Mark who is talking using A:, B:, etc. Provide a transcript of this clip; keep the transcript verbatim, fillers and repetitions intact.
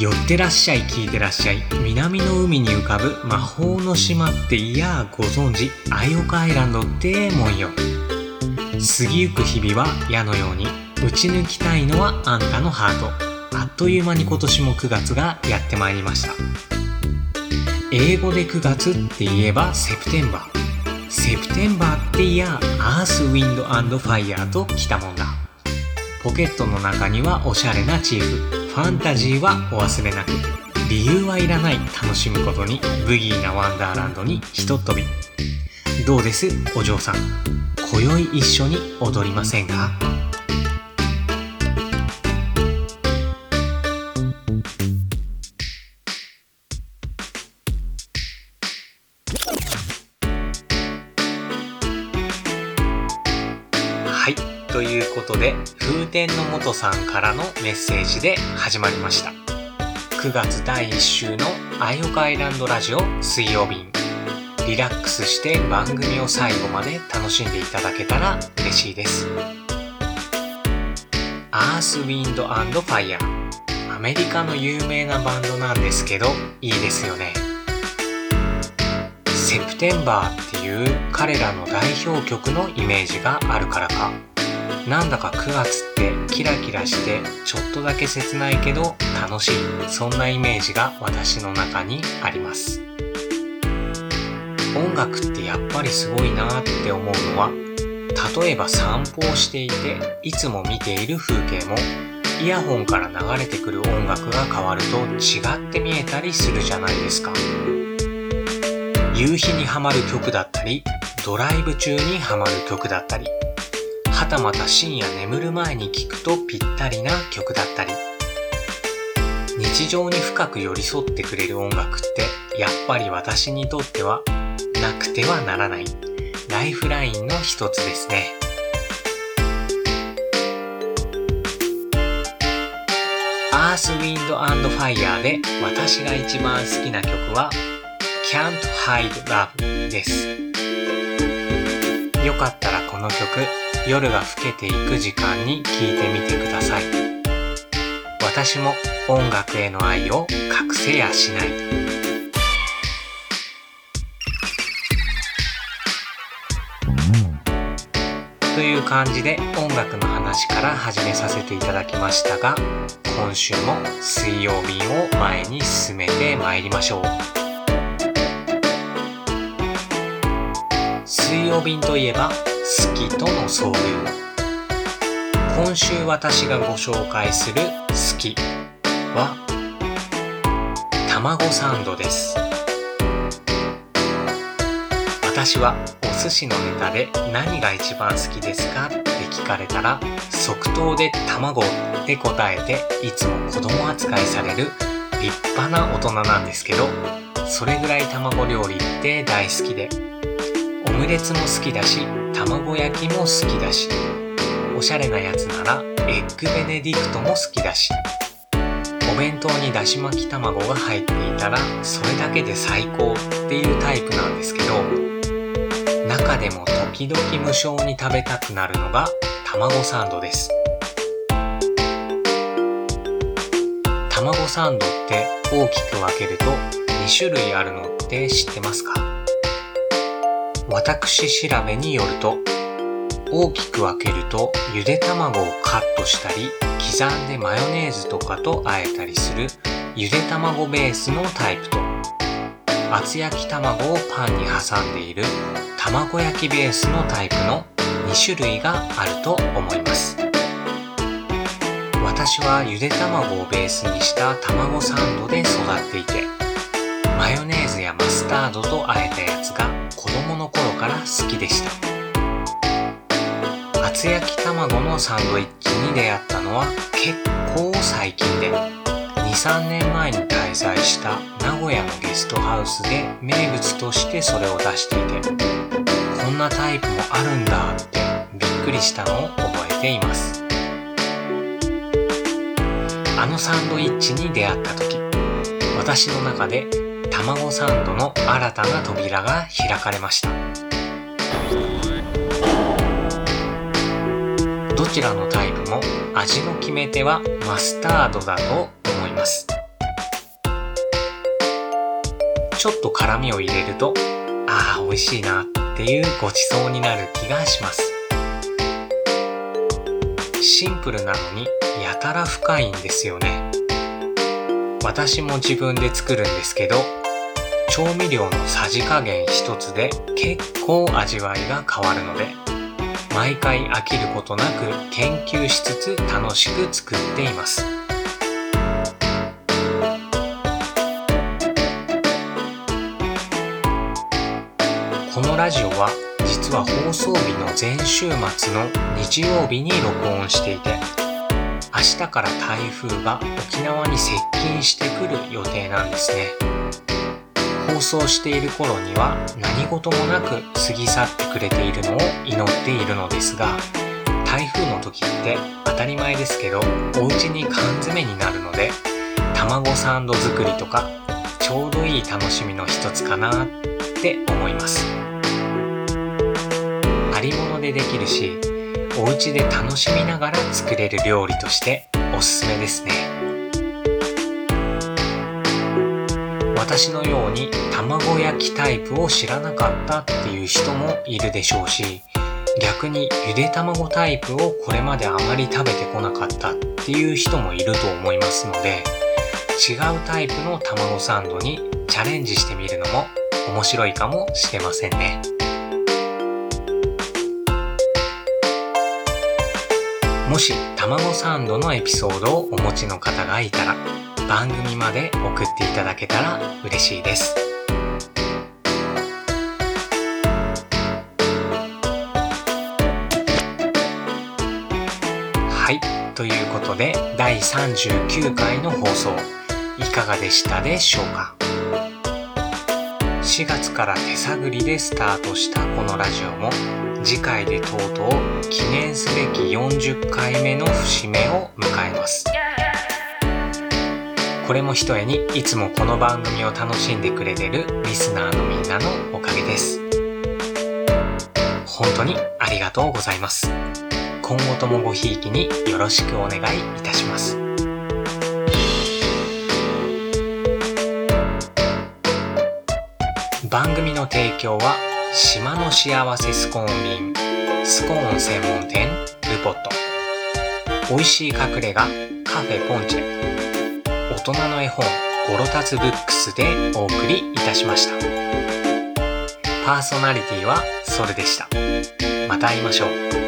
A: 寄ってらっしゃい聞いてらっしゃい、南の海に浮かぶ魔法の島っていやご存知、アイオカアイランドってもんよ。過ぎゆく日々は矢のように、打ち抜きたいのはあんたのハート。あっという間に今年もくがつがやってまいりました。英語でくがつって言えばセプテンバー。セプテンバーっていやアース、ウィンド&ファイヤーときたもんだ。ポケットの中にはおしゃれなチーフ、ファンタジーはお忘れなく。理由はいらない、楽しむことにブギーなワンダーランドにひとっ飛び。どうですお嬢さん、今宵一緒に踊りませんか？はい、ということで風天の元さんからのメッセージで始まりました。くがつだいいっ週のアイオカアイランドラジオ水曜便。リラックスして番組を最後まで楽しんでいただけたら嬉しいです。アース、ウィンド&ファイヤー、アメリカの有名なバンドなんですけどいいですよね。セプテンバーっていう彼らの代表曲のイメージがあるからか、なんだかくがつってキラキラしてちょっとだけ切ないけど楽しい、そんなイメージが私の中にあります。音楽ってやっぱりすごいなって思うのは、例えば散歩をしていていつも見ている風景もイヤホンから流れてくる音楽が変わると違って見えたりするじゃないですか。夕日にハマる曲だったり、ドライブ中にハマる曲だったり、はたまた深夜眠る前に聴くとぴったりな曲だったり、日常に深く寄り添ってくれる音楽ってやっぱり私にとってはなくてはならないライフラインの一つですね。アース、ウィンド&ファイヤーで私が一番好きな曲は Can't Hide Love です。よかったらこの曲、夜が更けていく時間に聴いてみてください。私も音楽への愛を隠せやしない。という感じで音楽の話から始めさせていただきましたが、今週も水曜便を前に進めてまいりましょう。水曜便といえば好きとの遭遇。今週私がご紹介する好きは卵サンドです。私はお寿司のネタで何が一番好きですかって聞かれたら即答で卵って答えて、いつも子供扱いされる立派な大人なんですけど、それぐらい卵料理って大好きで、オムレツも好きだし、卵焼きも好きだし、おしゃれなやつならエッグベネディクトも好きだし、お弁当にだし巻き卵が入っていたらそれだけで最高っていうタイプなんですけど、中でも時々無性に食べたくなるのが卵サンドです。卵サンドって大きく分けるとに種類あるのって知ってますか？私調べによると、大きく分けるとゆで卵をカットしたり刻んでマヨネーズとかと和えたりするゆで卵ベースのタイプと、厚焼き卵をパンに挟んでいる卵焼きベースのタイプのに種類があると思います。私はゆで卵をベースにした卵サンドで育っていて、マヨネーズやマスタードと和えたやつが子供の頃から好きでした。厚焼き卵のサンドイッチに出会ったのは結構最近で、にさんねんまえに滞在した名古屋のゲストハウスで名物としてそれを出していて、こんなタイプもあるんだってびっくりしたのを覚えています。あのサンドイッチに出会った時、私の中で卵サンドの新たな扉が開かれました。どちらのタイプも味の決め手はマスタードだと思います。 ちょっと辛みを入れると、ああ美味しいなっていうごちそうになる気がします。シンプルなのにやたら深いんですよね。私も自分で作るんですけど、調味料のさじ加減一つで結構味わいが変わるので、毎回飽きることなく研究しつつ楽しく作っています。このラジオは実は放送日の前週末の日曜日に録音していて、明日から台風が沖縄に接近してくる予定なんですね。放送している頃には何事もなく過ぎ去ってくれているのを祈っているのですが、台風の時って当たり前ですけどお家に缶詰になるので、卵サンド作りとかちょうどいい楽しみの一つかなって思います。ありものでできるし、お家で楽しみながら作れる料理としておすすめですね。私のように卵焼きタイプを知らなかったっていう人もいるでしょうし、逆にゆで卵タイプをこれまであまり食べてこなかったっていう人もいると思いますので、違うタイプの卵サンドにチャレンジしてみるのも面白いかもしれませんね。もし卵サンドのエピソードをお持ちの方がいたら、番組まで送っていただけたら嬉しいです。はい、ということでだいさんじゅうきゅうかいの放送いかがでしたでしょうか。しがつから手探りでスタートしたこのラジオも、次回でとうとう記念すべきよんじゅっかいめの節目を迎えます。これもひとえにいつもこの番組を楽しんでくれてるリスナーのみんなのおかげです。本当にありがとうございます。今後ともごひいきによろしくお願いいたします。番組の提供は島の幸せスコーン便スコーン専門店ルポット、美味しい隠れ家カフェポンチェ、大人の絵本ゴロタツブックスでお送りいたしました。パーソナリティはソルでした。また会いましょう。